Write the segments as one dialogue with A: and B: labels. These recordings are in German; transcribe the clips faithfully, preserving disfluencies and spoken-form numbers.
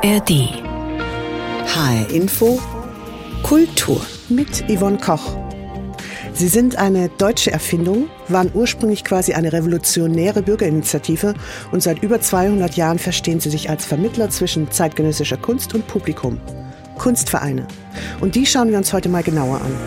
A: A R D.
B: H R Info Kultur mit Yvonne Koch. Sie sind eine deutsche Erfindung, waren ursprünglich quasi eine revolutionäre Bürgerinitiative und seit über zweihundert Jahren verstehen sie sich als Vermittler zwischen zeitgenössischer Kunst und Publikum. Kunstvereine. Und die schauen wir uns heute mal genauer an.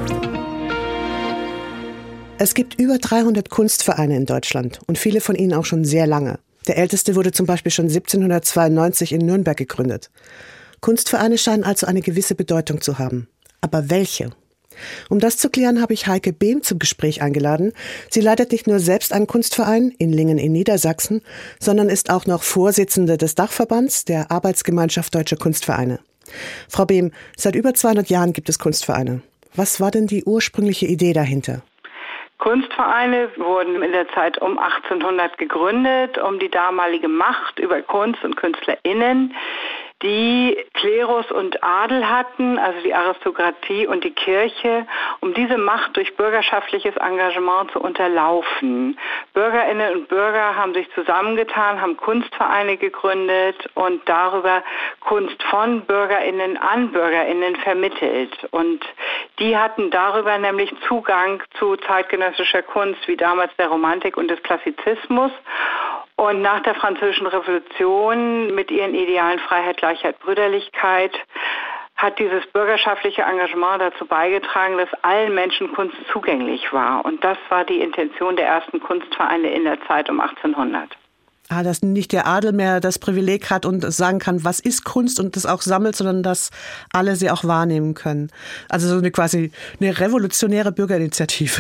B: Es gibt über dreihundert Kunstvereine in Deutschland und viele von ihnen auch schon sehr lange. Der älteste wurde zum Beispiel schon siebzehnhundertzweiundneunzig in Nürnberg gegründet. Kunstvereine scheinen also eine gewisse Bedeutung zu haben. Aber welche? Um das zu klären, habe ich Heike Behm zum Gespräch eingeladen. Sie leitet nicht nur selbst einen Kunstverein in Lingen in Niedersachsen, sondern ist auch noch Vorsitzende des Dachverbands der Arbeitsgemeinschaft Deutscher Kunstvereine. Frau Behm, seit über zweihundert Jahren gibt es Kunstvereine. Was war denn die ursprüngliche Idee dahinter?
C: Kunstvereine wurden in der Zeit um achtzehnhundert gegründet, um die damalige Macht über Kunst und KünstlerInnen, die Klerus und Adel hatten, also die Aristokratie und die Kirche, um diese Macht durch bürgerschaftliches Engagement zu unterlaufen. Bürgerinnen und Bürger haben sich zusammengetan, haben Kunstvereine gegründet und darüber Kunst von Bürgerinnen an Bürgerinnen vermittelt. Und die hatten darüber nämlich Zugang zu zeitgenössischer Kunst, wie damals der Romantik und des Klassizismus. Und nach der Französischen Revolution mit ihren Idealen Freiheit, Gleichheit, Brüderlichkeit hat dieses bürgerschaftliche Engagement dazu beigetragen, dass allen Menschen Kunst zugänglich war. Und das war die Intention der ersten Kunstvereine in der Zeit um achtzehnhundert.
B: Ah, dass nicht der Adel mehr das Privileg hat und sagen kann, was ist Kunst und das auch sammelt, sondern dass alle sie auch wahrnehmen können. Also so eine quasi eine revolutionäre Bürgerinitiative.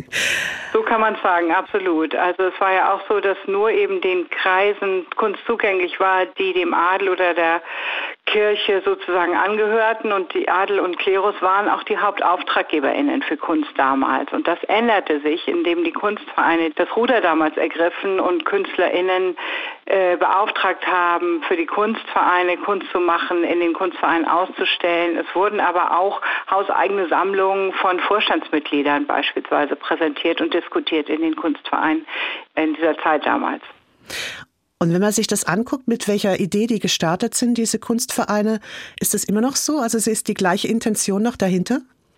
C: So kann man sagen, absolut. Also es war ja auch so, dass nur eben den Kreisen Kunst zugänglich war, die dem Adel oder der Kirche sozusagen angehörten, und die Adel und Klerus waren auch die HauptauftraggeberInnen für Kunst damals. Und das änderte sich, indem die Kunstvereine das Ruder damals ergriffen und KünstlerInnen äh, beauftragt haben, für die Kunstvereine Kunst zu machen, in den Kunstvereinen auszustellen. Es wurden aber auch hauseigene Sammlungen von Vorstandsmitgliedern beispielsweise präsentiert und diskutiert in den Kunstvereinen in dieser Zeit damals.
B: Und wenn man sich das anguckt, mit welcher Idee die gestartet sind, diese Kunstvereine, ist das immer noch so? Also ist die gleiche Intention noch dahinter?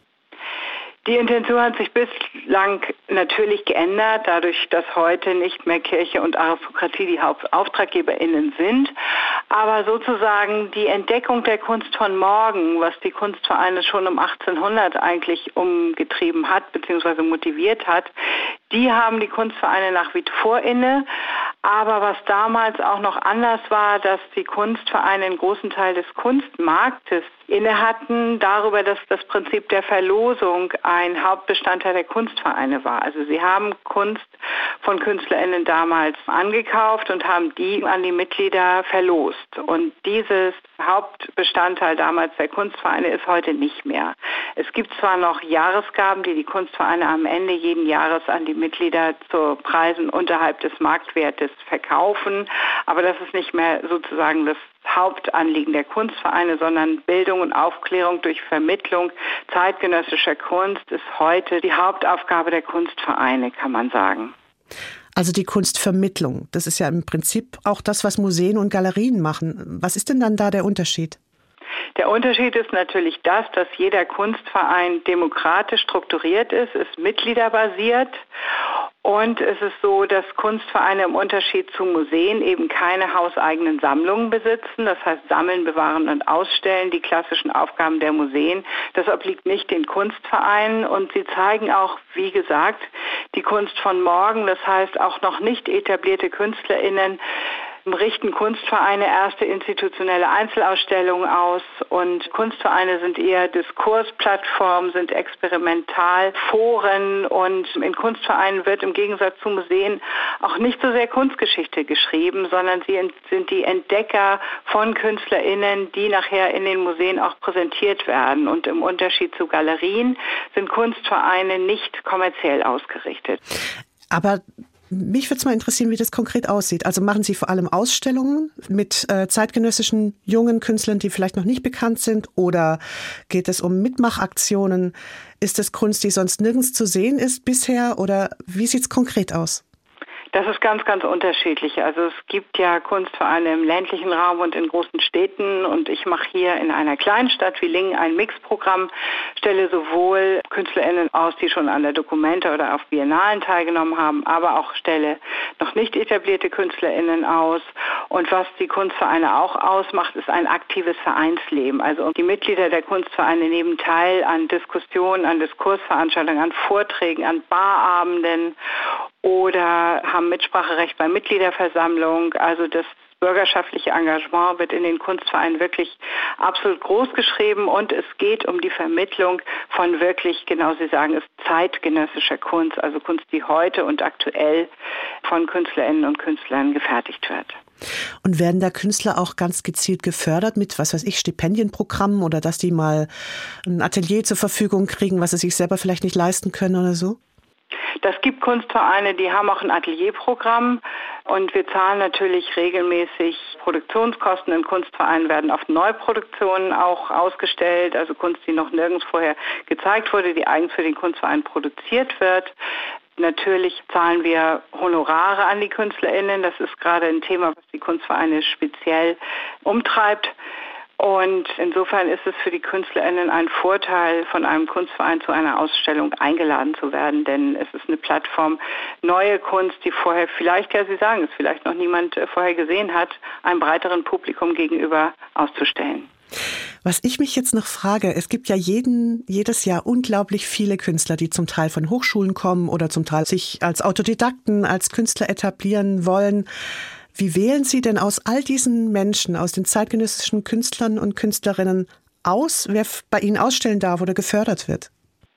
C: Die Intention hat sich bislang natürlich geändert, dadurch, dass heute nicht mehr Kirche und Aristokratie die HauptauftraggeberInnen sind. Aber sozusagen die Entdeckung der Kunst von morgen, was die Kunstvereine schon um achtzehnhundert eigentlich umgetrieben hat bzw. motiviert hat, die haben die Kunstvereine nach wie vor inne. Aber was damals auch noch anders war, dass die Kunstvereine einen großen Teil des Kunstmarktes inne hatten, darüber, dass das Prinzip der Verlosung ein Hauptbestandteil der Kunstvereine war. Also sie haben Kunst von KünstlerInnen damals angekauft und haben die an die Mitglieder verlost. Und dieses Hauptbestandteil damals der Kunstvereine ist heute nicht mehr. Es gibt zwar noch Jahresgaben, die die Kunstvereine am Ende jeden Jahres an die Mitglieder zu Preisen unterhalb des Marktwertes verkaufen, aber das ist nicht mehr sozusagen das Hauptanliegen der Kunstvereine, sondern Bildung und Aufklärung durch Vermittlung zeitgenössischer Kunst ist heute die Hauptaufgabe der Kunstvereine, kann man sagen.
B: Also die Kunstvermittlung, das ist ja im Prinzip auch das, was Museen und Galerien machen. Was ist denn dann da der Unterschied?
C: Der Unterschied ist natürlich das, dass jeder Kunstverein demokratisch strukturiert ist, ist mitgliederbasiert. Und es ist so, dass Kunstvereine im Unterschied zu Museen eben keine hauseigenen Sammlungen besitzen. Das heißt, sammeln, bewahren und ausstellen, die klassischen Aufgaben der Museen. Das obliegt nicht den Kunstvereinen. Und sie zeigen auch, wie gesagt, die Kunst von morgen. Das heißt, auch noch nicht etablierte KünstlerInnen richten Kunstvereine erste institutionelle Einzelausstellungen aus, und Kunstvereine sind eher Diskursplattformen, sind Experimentalforen, und in Kunstvereinen wird im Gegensatz zu Museen auch nicht so sehr Kunstgeschichte geschrieben, sondern sie sind die Entdecker von KünstlerInnen, die nachher in den Museen auch präsentiert werden. Und im Unterschied zu Galerien sind Kunstvereine nicht kommerziell ausgerichtet.
B: Aber mich würde es mal interessieren, wie das konkret aussieht. Also machen Sie vor allem Ausstellungen mit äh, zeitgenössischen jungen Künstlern, die vielleicht noch nicht bekannt sind? Oder geht es um Mitmachaktionen? Ist es Kunst, die sonst nirgends zu sehen ist bisher? Oder wie sieht es konkret aus?
C: Das ist ganz, ganz unterschiedlich. Also es gibt ja Kunstvereine im ländlichen Raum und in großen Städten und ich mache hier in einer kleinen Stadt wie Lingen ein Mixprogramm, stelle sowohl KünstlerInnen aus, die schon an der Documenta oder auf Biennalen teilgenommen haben, aber auch stelle noch nicht etablierte KünstlerInnen aus. Und was die Kunstvereine auch ausmacht, ist ein aktives Vereinsleben. Also die Mitglieder der Kunstvereine nehmen teil an Diskussionen, an Diskursveranstaltungen, an Vorträgen, an Barabenden oder haben Mitspracherecht bei Mitgliederversammlung. Also das bürgerschaftliche Engagement wird in den Kunstvereinen wirklich absolut groß geschrieben und es geht um die Vermittlung von wirklich, genau Sie sagen es, zeitgenössischer Kunst, also Kunst, die heute und aktuell von KünstlerInnen und Künstlern gefertigt wird.
B: Und werden da Künstler auch ganz gezielt gefördert mit, was weiß ich, Stipendienprogrammen oder dass die mal ein Atelier zur Verfügung kriegen, was sie sich selber vielleicht nicht leisten können oder so?
C: Das gibt Kunstvereine, die haben auch ein Atelierprogramm und wir zahlen natürlich regelmäßig Produktionskosten. In Kunstvereinen werden oft Neuproduktionen auch ausgestellt, also Kunst, die noch nirgends vorher gezeigt wurde, die eigens für den Kunstverein produziert wird. Natürlich zahlen wir Honorare an die KünstlerInnen. Das ist gerade ein Thema, was die Kunstvereine speziell umtreibt. Und insofern ist es für die KünstlerInnen ein Vorteil, von einem Kunstverein zu einer Ausstellung eingeladen zu werden, denn es ist eine Plattform, neue Kunst, die vorher vielleicht, ja Sie sagen es, vielleicht noch niemand vorher gesehen hat, einem breiteren Publikum gegenüber auszustellen.
B: Was ich mich jetzt noch frage, es gibt ja jeden, jedes Jahr unglaublich viele Künstler, die zum Teil von Hochschulen kommen oder zum Teil sich als Autodidakten, als Künstler etablieren wollen. Wie wählen Sie denn aus all diesen Menschen, aus den zeitgenössischen Künstlern und Künstlerinnen aus, wer bei Ihnen ausstellen darf oder gefördert wird?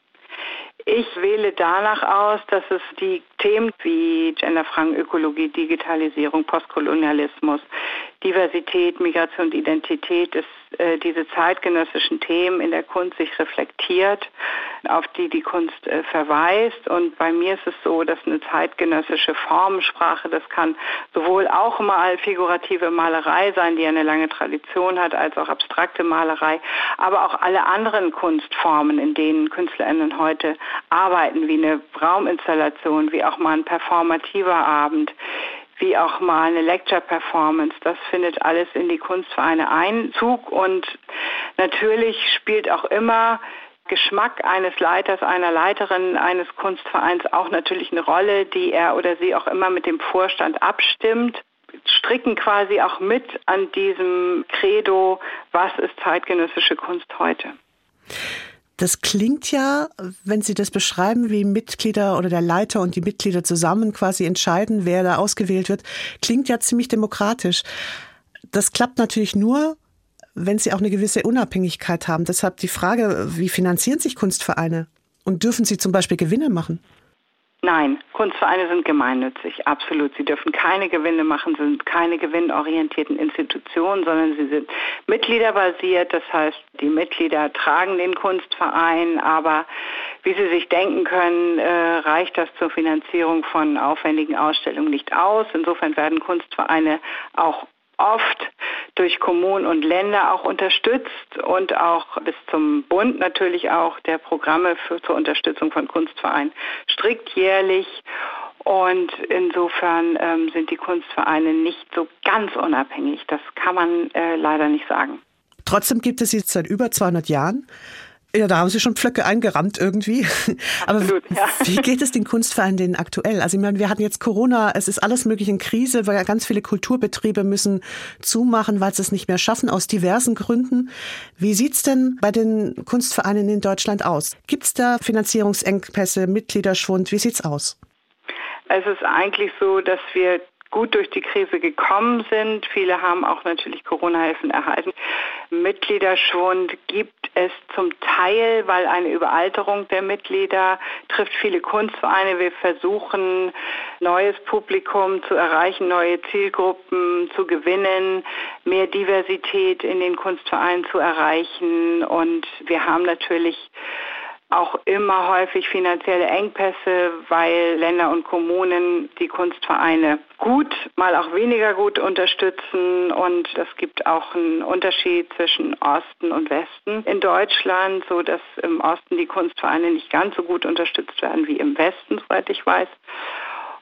C: Ich wähle danach aus, dass es die Themen wie Genderfragen, Ökologie, Digitalisierung, Postkolonialismus, Diversität, Migration und Identität, ist, äh, diese zeitgenössischen Themen in der Kunst sich reflektiert, auf die die Kunst äh, verweist. Und bei mir ist es so, dass eine zeitgenössische Formensprache, das kann sowohl auch mal figurative Malerei sein, die eine lange Tradition hat, als auch abstrakte Malerei, aber auch alle anderen Kunstformen, in denen KünstlerInnen heute arbeiten, wie eine Rauminstallation, wie auch mal ein performativer Abend, wie auch mal eine Lecture-Performance. Das findet alles in die Kunstvereine Einzug und natürlich spielt auch immer Geschmack eines Leiters, einer Leiterin eines Kunstvereins auch natürlich eine Rolle, die er oder sie auch immer mit dem Vorstand abstimmt, stricken quasi auch mit an diesem Credo, was ist zeitgenössische Kunst heute.
B: Das klingt ja, wenn Sie das beschreiben, wie Mitglieder oder der Leiter und die Mitglieder zusammen quasi entscheiden, wer da ausgewählt wird, klingt ja ziemlich demokratisch. Das klappt natürlich nur, wenn Sie auch eine gewisse Unabhängigkeit haben. Deshalb die Frage, wie finanzieren sich Kunstvereine? Und dürfen sie zum Beispiel Gewinne machen?
C: Nein, Kunstvereine sind gemeinnützig, absolut. Sie dürfen keine Gewinne machen, sind keine gewinnorientierten Institutionen, sondern sie sind mitgliederbasiert. Das heißt, die Mitglieder tragen den Kunstverein, aber wie Sie sich denken können, äh, reicht das zur Finanzierung von aufwendigen Ausstellungen nicht aus. Insofern werden Kunstvereine auch oft durch Kommunen und Länder auch unterstützt und auch bis zum Bund natürlich auch der Programme für, zur Unterstützung von Kunstvereinen strickt jährlich. Und insofern ähm, sind die Kunstvereine nicht so ganz unabhängig. Das kann man äh, leider nicht sagen.
B: Trotzdem gibt es sie seit über zweihundert Jahren. Ja, da haben Sie schon Pflöcke eingerammt irgendwie. Aber Absolut, ja. Wie geht es den Kunstvereinen denn aktuell? Also ich meine, wir hatten jetzt Corona, es ist alles mögliche in Krise, weil ganz viele Kulturbetriebe müssen zumachen, weil sie es nicht mehr schaffen, aus diversen Gründen. Wie sieht's denn bei den Kunstvereinen in Deutschland aus? Gibt's da Finanzierungsengpässe, Mitgliederschwund? Wie sieht's aus?
C: Es ist eigentlich so, dass wir gut durch die Krise gekommen sind. Viele haben auch natürlich Corona-Hilfen erhalten. Mitgliederschwund gibt es zum Teil, weil eine Überalterung der Mitglieder trifft viele Kunstvereine. Wir versuchen, neues Publikum zu erreichen, neue Zielgruppen zu gewinnen, mehr Diversität in den Kunstvereinen zu erreichen. Und wir haben natürlich auch immer häufig finanzielle Engpässe, weil Länder und Kommunen die Kunstvereine gut, mal auch weniger gut unterstützen. Und es gibt auch einen Unterschied zwischen Osten und Westen in Deutschland, so dass im Osten die Kunstvereine nicht ganz so gut unterstützt werden wie im Westen, soweit ich weiß.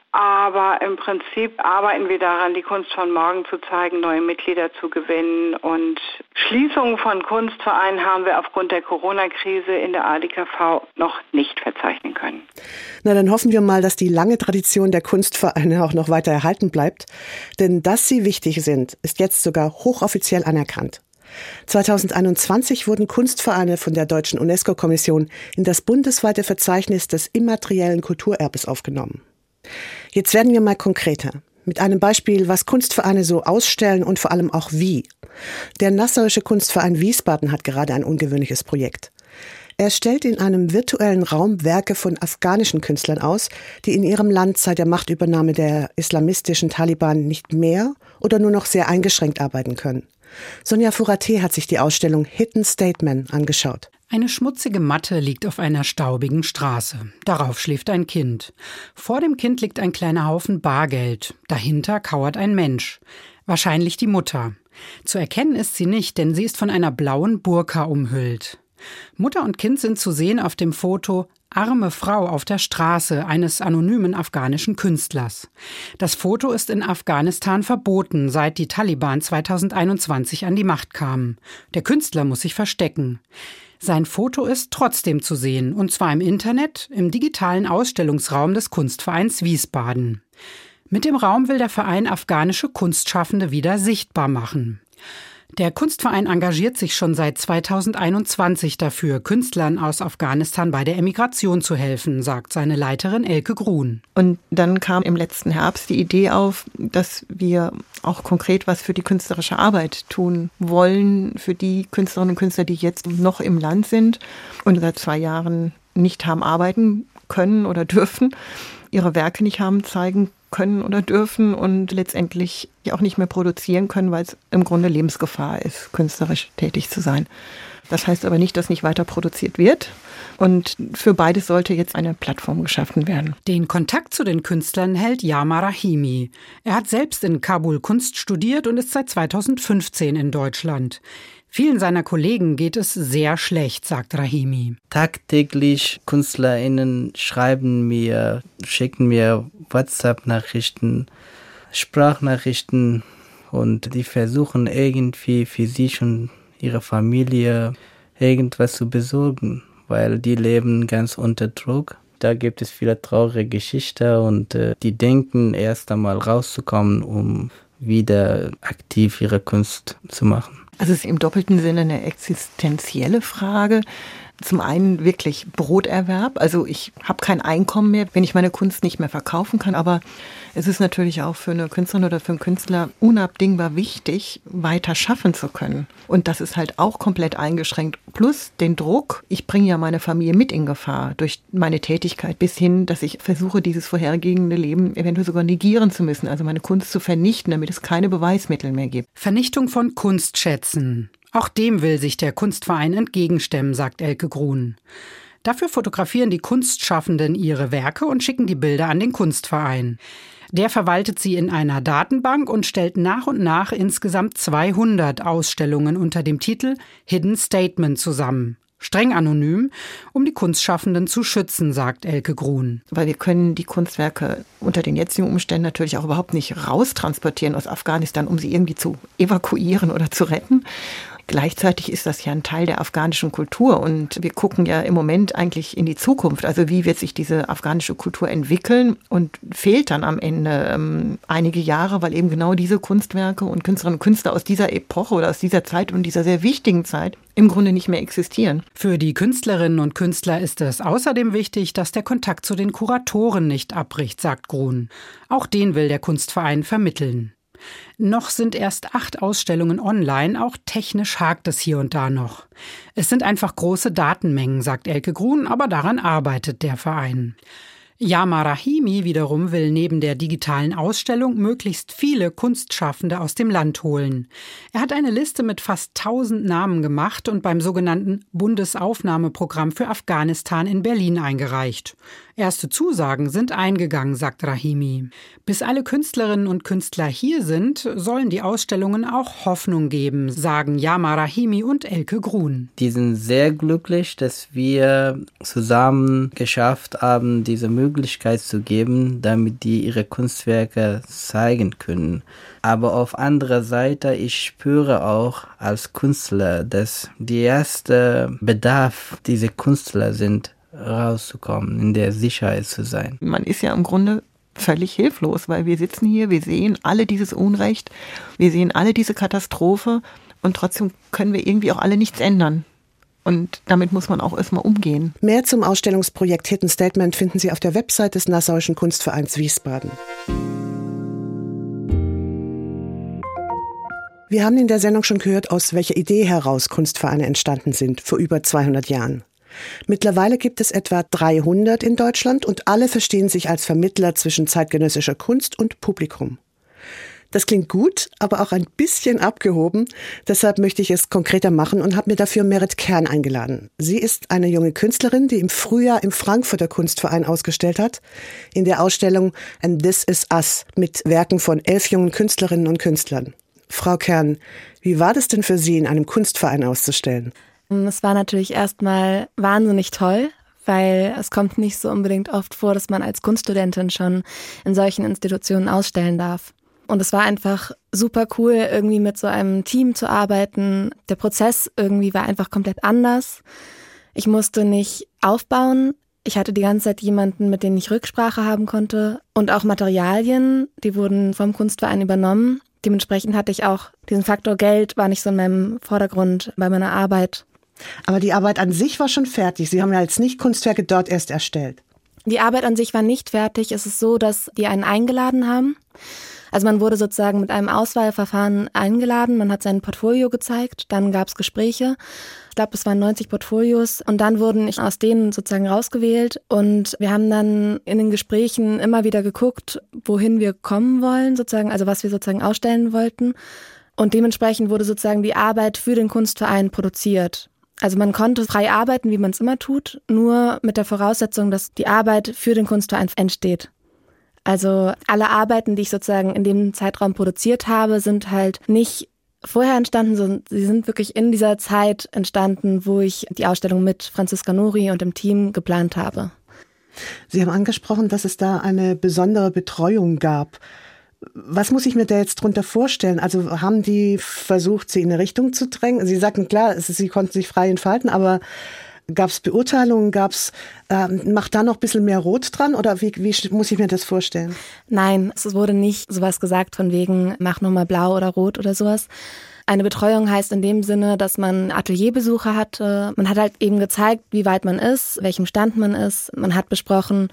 C: Aber im Prinzip arbeiten wir daran, die Kunst von morgen zu zeigen, neue Mitglieder zu gewinnen. Und Schließungen von Kunstvereinen haben wir aufgrund der Corona-Krise in der A D K V noch nicht verzeichnen können.
B: Na, dann hoffen wir mal, dass die lange Tradition der Kunstvereine auch noch weiter erhalten bleibt. Denn dass sie wichtig sind, ist jetzt sogar hochoffiziell anerkannt. zweitausendeinundzwanzig wurden Kunstvereine von der Deutschen UNESCO-Kommission in das bundesweite Verzeichnis des immateriellen Kulturerbes aufgenommen. Jetzt werden wir mal konkreter. Mit einem Beispiel, was Kunstvereine so ausstellen und vor allem auch wie. Der Nassauische Kunstverein Wiesbaden hat gerade ein ungewöhnliches Projekt. Er stellt in einem virtuellen Raum Werke von afghanischen Künstlern aus, die in ihrem Land seit der Machtübernahme der islamistischen Taliban nicht mehr oder nur noch sehr eingeschränkt arbeiten können. Sonja Furaté hat sich die Ausstellung Hidden Statement angeschaut.
A: Eine schmutzige Matte liegt auf einer staubigen Straße. Darauf schläft ein Kind. Vor dem Kind liegt ein kleiner Haufen Bargeld. Dahinter kauert ein Mensch. Wahrscheinlich die Mutter. Zu erkennen ist sie nicht, denn sie ist von einer blauen Burka umhüllt. Mutter und Kind sind zu sehen auf dem Foto »Arme Frau auf der Straße« eines anonymen afghanischen Künstlers. Das Foto ist in Afghanistan verboten, seit die Taliban zweitausendeinundzwanzig an die Macht kamen. Der Künstler muss sich verstecken. Sein Foto ist trotzdem zu sehen, und zwar im Internet, im digitalen Ausstellungsraum des Kunstvereins Wiesbaden. Mit dem Raum will der Verein afghanische Kunstschaffende wieder sichtbar machen. Der Kunstverein engagiert sich schon seit zweitausendeinundzwanzig dafür, Künstlern aus Afghanistan bei der Emigration zu helfen, sagt seine Leiterin Elke Grun.
D: Und dann kam im letzten Herbst die Idee auf, dass wir auch konkret was für die künstlerische Arbeit tun wollen, für die Künstlerinnen und Künstler, die jetzt noch im Land sind und seit zwei Jahren nicht haben arbeiten können oder dürfen, ihre Werke nicht haben zeigen können oder dürfen und letztendlich auch nicht mehr produzieren können, weil es im Grunde Lebensgefahr ist, künstlerisch tätig zu sein. Das heißt aber nicht, dass nicht weiter produziert wird. Und für beides sollte jetzt eine Plattform geschaffen werden.
A: Den Kontakt zu den Künstlern hält Yama Rahimi. Er hat selbst in Kabul Kunst studiert und ist seit zweitausendfünfzehn in Deutschland. Vielen seiner Kollegen geht es sehr schlecht, sagt Rahimi.
E: Tagtäglich KünstlerInnen schreiben mir, schicken mir WhatsApp-Nachrichten, Sprachnachrichten und die versuchen irgendwie für sich und ihre Familie irgendwas zu besorgen, weil die leben ganz unter Druck. Da gibt es viele traurige Geschichten und äh, die denken erst einmal rauszukommen, um wieder aktiv ihre Kunst zu machen.
D: Also es ist im doppelten Sinne eine existenzielle Frage. Zum einen wirklich Broterwerb, also ich habe kein Einkommen mehr, wenn ich meine Kunst nicht mehr verkaufen kann, aber es ist natürlich auch für eine Künstlerin oder für einen Künstler unabdingbar wichtig, weiter schaffen zu können. Und das ist halt auch komplett eingeschränkt. Plus den Druck, ich bringe ja meine Familie mit in Gefahr durch meine Tätigkeit, bis hin, dass ich versuche, dieses vorhergehende Leben eventuell sogar negieren zu müssen, also meine Kunst zu vernichten, damit es keine Beweismittel mehr gibt.
A: Vernichtung von Kunstschätzen. Auch dem will sich der Kunstverein entgegenstemmen, sagt Elke Grun. Dafür fotografieren die Kunstschaffenden ihre Werke und schicken die Bilder an den Kunstverein. Der verwaltet sie in einer Datenbank und stellt nach und nach insgesamt zweihundert Ausstellungen unter dem Titel Hidden Statement zusammen. Streng anonym, um die Kunstschaffenden zu schützen, sagt Elke Grun.
D: Weil wir können die Kunstwerke unter den jetzigen Umständen natürlich auch überhaupt nicht raustransportieren aus Afghanistan, um sie irgendwie zu evakuieren oder zu retten. Gleichzeitig ist das ja ein Teil der afghanischen Kultur und wir gucken ja im Moment eigentlich in die Zukunft. Also wie wird sich diese afghanische Kultur entwickeln und fehlt dann am Ende ähm, einige Jahre, weil eben genau diese Kunstwerke und Künstlerinnen und Künstler aus dieser Epoche oder aus dieser Zeit und dieser sehr wichtigen Zeit im Grunde nicht mehr existieren.
A: Für die Künstlerinnen und Künstler ist es außerdem wichtig, dass der Kontakt zu den Kuratoren nicht abbricht, sagt Grun. Auch den will der Kunstverein vermitteln. Noch sind erst acht Ausstellungen online, auch technisch hakt es hier und da noch. Es sind einfach große Datenmengen, sagt Elke Grun, aber daran arbeitet der Verein. Yama Rahimi wiederum will neben der digitalen Ausstellung möglichst viele Kunstschaffende aus dem Land holen. Er hat eine Liste mit fast tausend Namen gemacht und beim sogenannten Bundesaufnahmeprogramm für Afghanistan in Berlin eingereicht. Erste Zusagen sind eingegangen, sagt Rahimi. Bis alle Künstlerinnen und Künstler hier sind, sollen die Ausstellungen auch Hoffnung geben, sagen Yama Rahimi und Elke Grun.
E: Die sind sehr glücklich, dass wir zusammen geschafft haben, diese Möglichkeit zu geben, damit die ihre Kunstwerke zeigen können. Aber auf anderer Seite, ich spüre auch als Künstler, dass der erste Bedarf dieser Künstler sind, rauszukommen, in der Sicherheit zu sein.
D: Man ist ja im Grunde völlig hilflos, weil wir sitzen hier, wir sehen alle dieses Unrecht, wir sehen alle diese Katastrophe und trotzdem können wir irgendwie auch alle nichts ändern. Und damit muss man auch erstmal umgehen.
B: Mehr zum Ausstellungsprojekt Hidden Statement finden Sie auf der Website des Nassauischen Kunstvereins Wiesbaden. Wir haben in der Sendung schon gehört, aus welcher Idee heraus Kunstvereine entstanden sind, vor über zweihundert Jahren. Mittlerweile gibt es etwa dreihundert in Deutschland und alle verstehen sich als Vermittler zwischen zeitgenössischer Kunst und Publikum. Das klingt gut, aber auch ein bisschen abgehoben. Deshalb möchte ich es konkreter machen und habe mir dafür Merit Kern eingeladen. Sie ist eine junge Künstlerin, die im Frühjahr im Frankfurter Kunstverein ausgestellt hat, in der Ausstellung And This Is Us mit Werken von elf jungen Künstlerinnen und Künstlern. Frau Kern, wie war das denn für Sie, in einem Kunstverein auszustellen?
F: Es war natürlich erstmal wahnsinnig toll, weil es kommt nicht so unbedingt oft vor, dass man als Kunststudentin schon in solchen Institutionen ausstellen darf. Und es war einfach super cool, irgendwie mit so einem Team zu arbeiten. Der Prozess irgendwie war einfach komplett anders. Ich musste nicht aufbauen. Ich hatte die ganze Zeit jemanden, mit dem ich Rücksprache haben konnte. Und auch Materialien, die wurden vom Kunstverein übernommen. Dementsprechend hatte ich auch diesen Faktor Geld, war nicht so in meinem Vordergrund bei meiner Arbeit.
B: Aber die Arbeit an sich war schon fertig. Sie haben ja jetzt nicht Kunstwerke dort erst erstellt.
F: Die Arbeit an sich war nicht fertig. Es ist so, dass die einen eingeladen haben. Also man wurde sozusagen mit einem Auswahlverfahren eingeladen. Man hat sein Portfolio gezeigt. Dann gab es Gespräche. Ich glaube, es waren neunzig Portfolios. Und dann wurden aus denen sozusagen rausgewählt. Und wir haben dann in den Gesprächen immer wieder geguckt, wohin wir kommen wollen, sozusagen, also was wir sozusagen ausstellen wollten. Und dementsprechend wurde sozusagen die Arbeit für den Kunstverein produziert. Also man konnte frei arbeiten, wie man es immer tut, nur mit der Voraussetzung, dass die Arbeit für den Kunstverein entsteht. Also alle Arbeiten, die ich sozusagen in dem Zeitraum produziert habe, sind halt nicht vorher entstanden, sondern sie sind wirklich in dieser Zeit entstanden, wo ich die Ausstellung mit Franziska Nori und dem Team geplant habe.
B: Sie haben angesprochen, dass es da eine besondere Betreuung gab. Was muss ich mir da jetzt drunter vorstellen? Also haben die versucht, Sie in eine Richtung zu drängen? Sie sagten, klar, es ist, Sie konnten sich frei entfalten, aber gab es Beurteilungen? Gab es, ähm, macht da noch ein bisschen mehr Rot dran? Oder wie, wie muss ich mir das vorstellen?
F: Nein, es wurde nicht sowas gesagt von wegen, mach nochmal blau oder rot oder sowas. Eine Betreuung heißt in dem Sinne, dass man Atelierbesuche hatte. Man hat halt eben gezeigt, wie weit man ist, welchem Stand man ist. Man hat besprochen,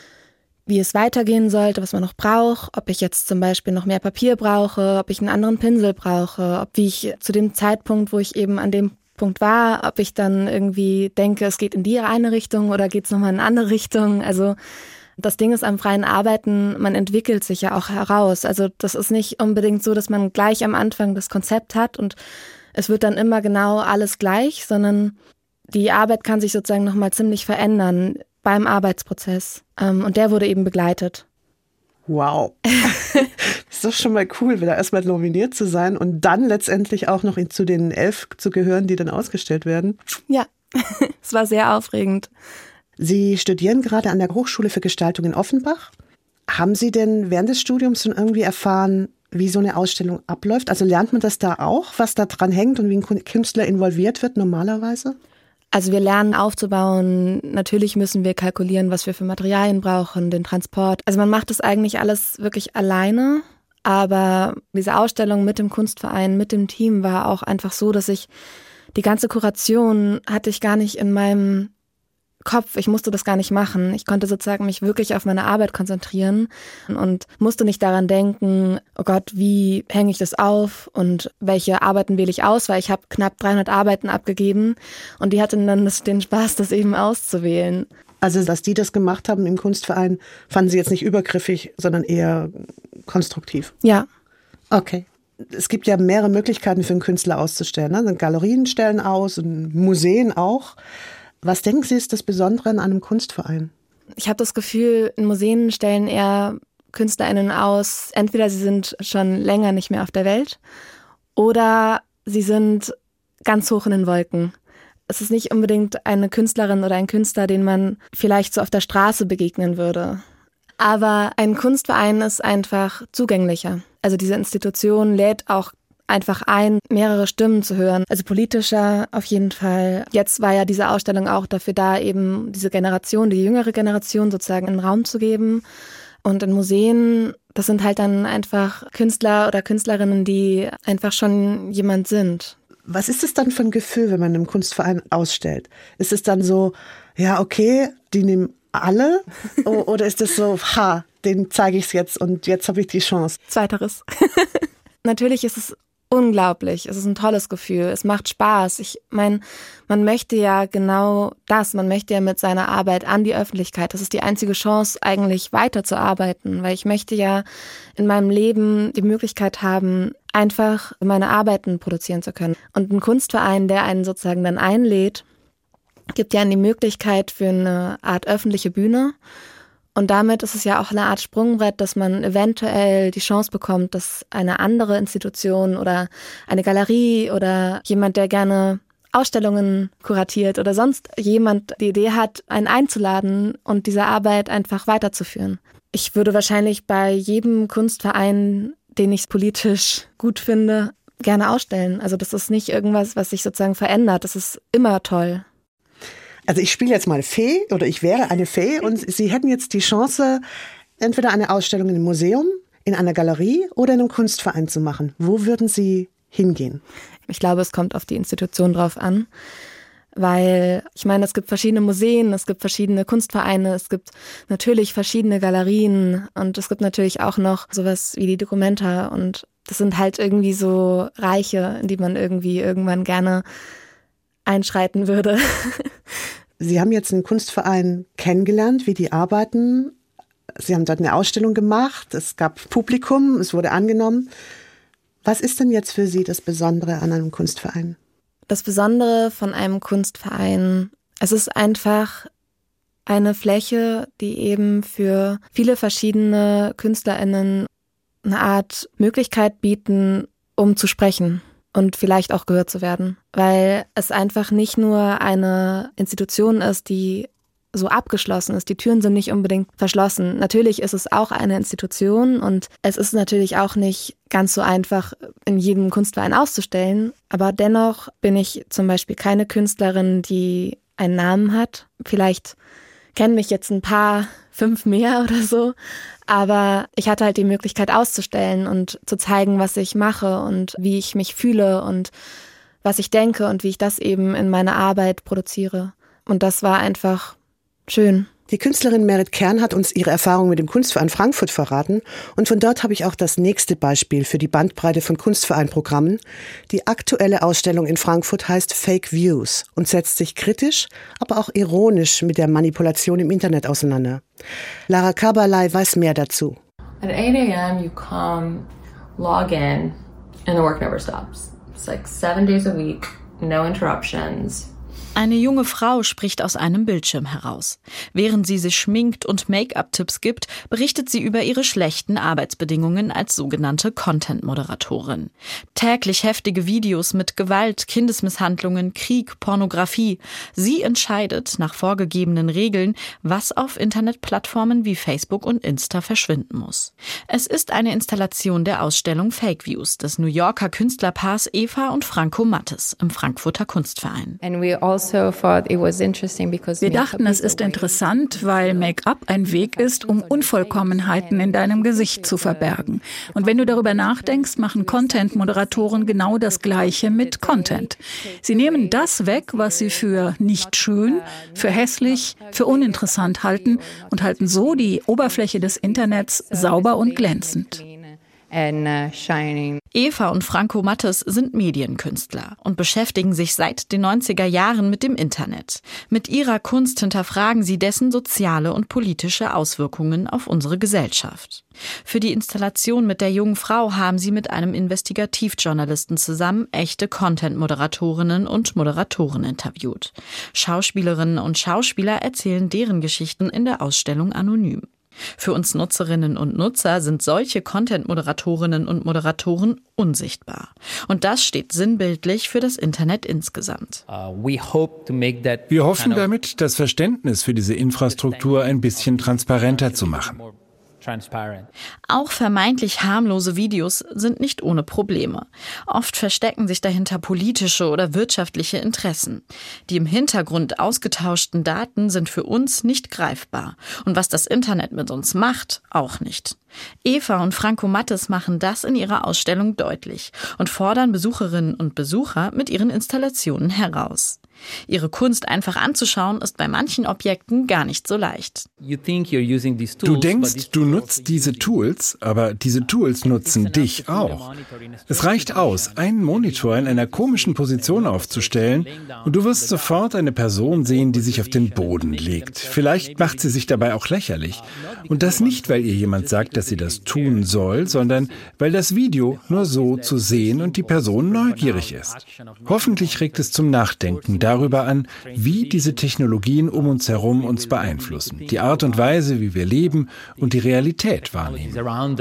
F: wie es weitergehen sollte, was man noch braucht, ob ich jetzt zum Beispiel noch mehr Papier brauche, ob ich einen anderen Pinsel brauche, ob wie ich zu dem Zeitpunkt, wo ich eben an dem Punkt war, ob ich dann irgendwie denke, es geht in die eine Richtung oder geht es nochmal in eine andere Richtung. Also das Ding ist am freien Arbeiten, man entwickelt sich ja auch heraus. Also das ist nicht unbedingt so, dass man gleich am Anfang das Konzept hat und es wird dann immer genau alles gleich, sondern die Arbeit kann sich sozusagen nochmal ziemlich verändern beim Arbeitsprozess. Und der wurde eben begleitet.
B: Wow. Das ist doch schon mal cool, wieder erstmal nominiert zu sein und dann letztendlich auch noch zu den elf zu gehören, die dann ausgestellt werden.
F: Ja, es war sehr aufregend.
B: Sie studieren gerade an der Hochschule für Gestaltung in Offenbach. Haben Sie denn während des Studiums schon irgendwie erfahren, wie so eine Ausstellung abläuft? Also lernt man das da auch, was da dran hängt und wie ein Künstler involviert wird normalerweise?
F: Also wir lernen aufzubauen, natürlich müssen wir kalkulieren, was wir für Materialien brauchen, den Transport. Also man macht das eigentlich alles wirklich alleine, aber diese Ausstellung mit dem Kunstverein, mit dem Team war auch einfach so, dass ich die ganze Kuration hatte ich gar nicht in meinem Kopf, ich musste das gar nicht machen. Ich konnte sozusagen mich wirklich auf meine Arbeit konzentrieren und musste nicht daran denken, oh Gott, wie hänge ich das auf und welche Arbeiten wähle ich aus, weil ich habe knapp dreihundert Arbeiten abgegeben und die hatten dann das, den Spaß, das eben auszuwählen.
B: Also, dass die das gemacht haben im Kunstverein, fanden Sie jetzt nicht übergriffig, sondern eher konstruktiv?
F: Ja.
B: Okay. Es gibt ja mehrere Möglichkeiten für einen Künstler auszustellen. Ne? Galerien stellen aus und Museen auch. Was denken Sie, ist das Besondere an einem Kunstverein?
F: Ich habe das Gefühl, in Museen stellen eher KünstlerInnen aus, entweder sie sind schon länger nicht mehr auf der Welt oder sie sind ganz hoch in den Wolken. Es ist nicht unbedingt eine Künstlerin oder ein Künstler, den man vielleicht so auf der Straße begegnen würde. Aber ein Kunstverein ist einfach zugänglicher. Also diese Institution lädt auch einfach ein, mehrere Stimmen zu hören. Also politischer auf jeden Fall. Jetzt war ja diese Ausstellung auch dafür da, eben diese Generation, die jüngere Generation sozusagen einen Raum zu geben. Und in Museen, das sind halt dann einfach Künstler oder Künstlerinnen, die einfach schon jemand sind.
B: Was ist es dann für ein Gefühl, wenn man in einem Kunstverein ausstellt? Ist es dann so, ja okay, die nehmen alle? Oder ist es so, ha, den zeige ich es jetzt und jetzt habe ich die Chance?
F: Zweiteres. Natürlich ist es unglaublich. Es ist ein tolles Gefühl. Es macht Spaß. Ich meine, man möchte ja genau das. Man möchte ja mit seiner Arbeit an die Öffentlichkeit. Das ist die einzige Chance, eigentlich weiterzuarbeiten. Weil ich möchte ja in meinem Leben die Möglichkeit haben, einfach meine Arbeiten produzieren zu können. Und ein Kunstverein, der einen sozusagen dann einlädt, gibt ja die Möglichkeit für eine Art öffentliche Bühne. Und damit ist es ja auch eine Art Sprungbrett, dass man eventuell die Chance bekommt, dass eine andere Institution oder eine Galerie oder jemand, der gerne Ausstellungen kuratiert oder sonst jemand die Idee hat, einen einzuladen und diese Arbeit einfach weiterzuführen. Ich würde wahrscheinlich bei jedem Kunstverein, den ich politisch gut finde, gerne ausstellen. Also das ist nicht irgendwas, was sich sozusagen verändert. Das ist immer toll.
B: Also ich spiele jetzt mal Fee oder ich wäre eine Fee und Sie hätten jetzt die Chance, entweder eine Ausstellung in einem Museum, in einer Galerie oder in einem Kunstverein zu machen. Wo würden Sie hingehen?
F: Ich glaube, es kommt auf die Institution drauf an, weil ich meine, es gibt verschiedene Museen, es gibt verschiedene Kunstvereine, es gibt natürlich verschiedene Galerien und es gibt natürlich auch noch sowas wie die Documenta und das sind halt irgendwie so Reiche, in die man irgendwie irgendwann gerne einschreiten würde.
B: Sie haben jetzt einen Kunstverein kennengelernt, wie die arbeiten. Sie haben dort eine Ausstellung gemacht, es gab Publikum, es wurde angenommen. Was ist denn jetzt für Sie das Besondere an einem Kunstverein?
F: Das Besondere von einem Kunstverein, es ist einfach eine Fläche, die eben für viele verschiedene KünstlerInnen eine Art Möglichkeit bieten, um zu sprechen. Und vielleicht auch gehört zu werden, weil es einfach nicht nur eine Institution ist, die so abgeschlossen ist. Die Türen sind nicht unbedingt verschlossen. Natürlich ist es auch eine Institution und es ist natürlich auch nicht ganz so einfach, in jedem Kunstverein auszustellen. Aber dennoch bin ich zum Beispiel keine Künstlerin, die einen Namen hat. Vielleicht kennen mich jetzt ein paar, fünf mehr oder so. Aber ich hatte halt die Möglichkeit auszustellen und zu zeigen, was ich mache und wie ich mich fühle und was ich denke und wie ich das eben in meiner Arbeit produziere. Und das war einfach schön.
B: Die Künstlerin Merit Kern hat uns ihre Erfahrung mit dem Kunstverein Frankfurt verraten und von dort habe ich auch das nächste Beispiel für die Bandbreite von Kunstvereinprogrammen. Die aktuelle Ausstellung in Frankfurt heißt Fake Views und setzt sich kritisch, aber auch ironisch mit der Manipulation im Internet auseinander. Lara Kabalai weiß mehr dazu.
G: At eight a.m. you come, log in, and the work never stops. It's like seven days a week, no interruptions.
H: Eine junge Frau spricht aus einem Bildschirm heraus. Während sie sich schminkt und Make-up-Tipps gibt, berichtet sie über ihre schlechten Arbeitsbedingungen als sogenannte Content-Moderatorin. Täglich heftige Videos mit Gewalt, Kindesmisshandlungen, Krieg, Pornografie. Sie entscheidet nach vorgegebenen Regeln, was auf Internetplattformen wie Facebook und Insta verschwinden muss. Es ist eine Installation der Ausstellung Fake Views des New Yorker Künstlerpaars Eva und Franco Mattes im Frankfurter Kunstverein.
I: And we also Wir dachten, es ist interessant, weil Make-up ein Weg ist, um Unvollkommenheiten in deinem Gesicht zu verbergen. Und wenn du darüber nachdenkst, machen Content-Moderatoren genau das Gleiche mit Content. Sie nehmen das weg, was sie für nicht schön, für hässlich, für uninteressant halten und halten so die Oberfläche des Internets sauber und glänzend.
H: Eva und Franco Mattes sind Medienkünstler und beschäftigen sich seit den neunziger Jahren mit dem Internet. Mit ihrer Kunst hinterfragen sie dessen soziale und politische Auswirkungen auf unsere Gesellschaft. Für die Installation mit der jungen Frau haben sie mit einem Investigativjournalisten zusammen echte Content-Moderatorinnen und Moderatoren interviewt. Schauspielerinnen und Schauspieler erzählen deren Geschichten in der Ausstellung anonym. Für uns Nutzerinnen und Nutzer sind solche Content-Moderatorinnen und Moderatoren unsichtbar. Und das steht sinnbildlich für das Internet insgesamt.
J: Wir hoffen damit, das Verständnis für diese Infrastruktur ein bisschen transparenter zu machen.
H: Auch vermeintlich harmlose Videos sind nicht ohne Probleme. Oft verstecken sich dahinter politische oder wirtschaftliche Interessen. Die im Hintergrund ausgetauschten Daten sind für uns nicht greifbar. Und was das Internet mit uns macht, auch nicht. Eva und Franco Mattes machen das in ihrer Ausstellung deutlich und fordern Besucherinnen und Besucher mit ihren Installationen heraus. Ihre Kunst einfach anzuschauen, ist bei manchen Objekten gar nicht so leicht.
J: Du denkst, du nutzt diese Tools, aber diese Tools nutzen dich auch. Es reicht aus, einen Monitor in einer komischen Position aufzustellen und du wirst sofort eine Person sehen, die sich auf den Boden legt. Vielleicht macht sie sich dabei auch lächerlich. Und das nicht, weil ihr jemand sagt, dass sie das tun soll, sondern weil das Video nur so zu sehen und die Person neugierig ist. Hoffentlich regt es zum Nachdenken darüber an, wie diese Technologien um uns herum uns beeinflussen, die Art und Weise, wie wir leben und die Realität wahrnehmen.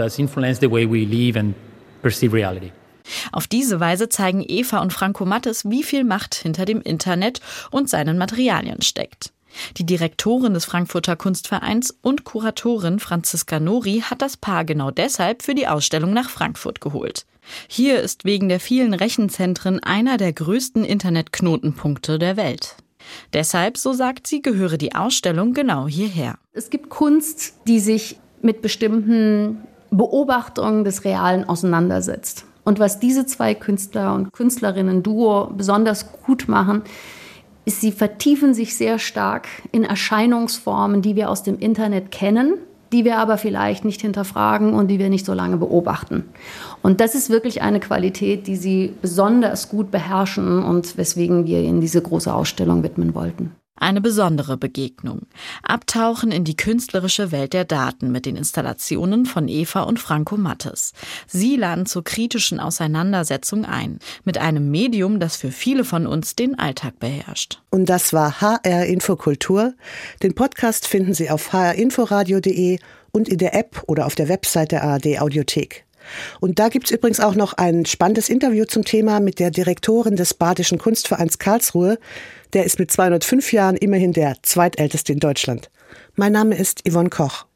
H: Auf diese Weise zeigen Eva und Franco Mattes, wie viel Macht hinter dem Internet und seinen Materialien steckt. Die Direktorin des Frankfurter Kunstvereins und Kuratorin Franziska Nori hat das Paar genau deshalb für die Ausstellung nach Frankfurt geholt. Hier ist wegen der vielen Rechenzentren einer der größten Internetknotenpunkte der Welt. Deshalb, so sagt sie, gehöre die Ausstellung genau hierher.
K: Es gibt Kunst, die sich mit bestimmten Beobachtungen des Realen auseinandersetzt. Und was diese zwei Künstler und Künstlerinnen-Duo besonders gut machen, ist, sie vertiefen sich sehr stark in Erscheinungsformen, die wir aus dem Internet kennen, die wir aber vielleicht nicht hinterfragen und die wir nicht so lange beobachten. Und das ist wirklich eine Qualität, die sie besonders gut beherrschen und weswegen wir ihnen diese große Ausstellung widmen wollten.
H: Eine besondere Begegnung. Abtauchen in die künstlerische Welt der Daten mit den Installationen von Eva und Franco Mattes. Sie laden zur kritischen Auseinandersetzung ein, mit einem Medium, das für viele von uns den Alltag beherrscht.
B: Und das war H R Infokultur. Den Podcast finden Sie auf h r inforadio punkt de und in der App oder auf der Website der A R D Audiothek. Und da gibt's übrigens auch noch ein spannendes Interview zum Thema mit der Direktorin des Badischen Kunstvereins Karlsruhe. Der ist mit zweihundertfünf Jahren immerhin der zweitälteste in Deutschland. Mein Name ist Yvonne Koch.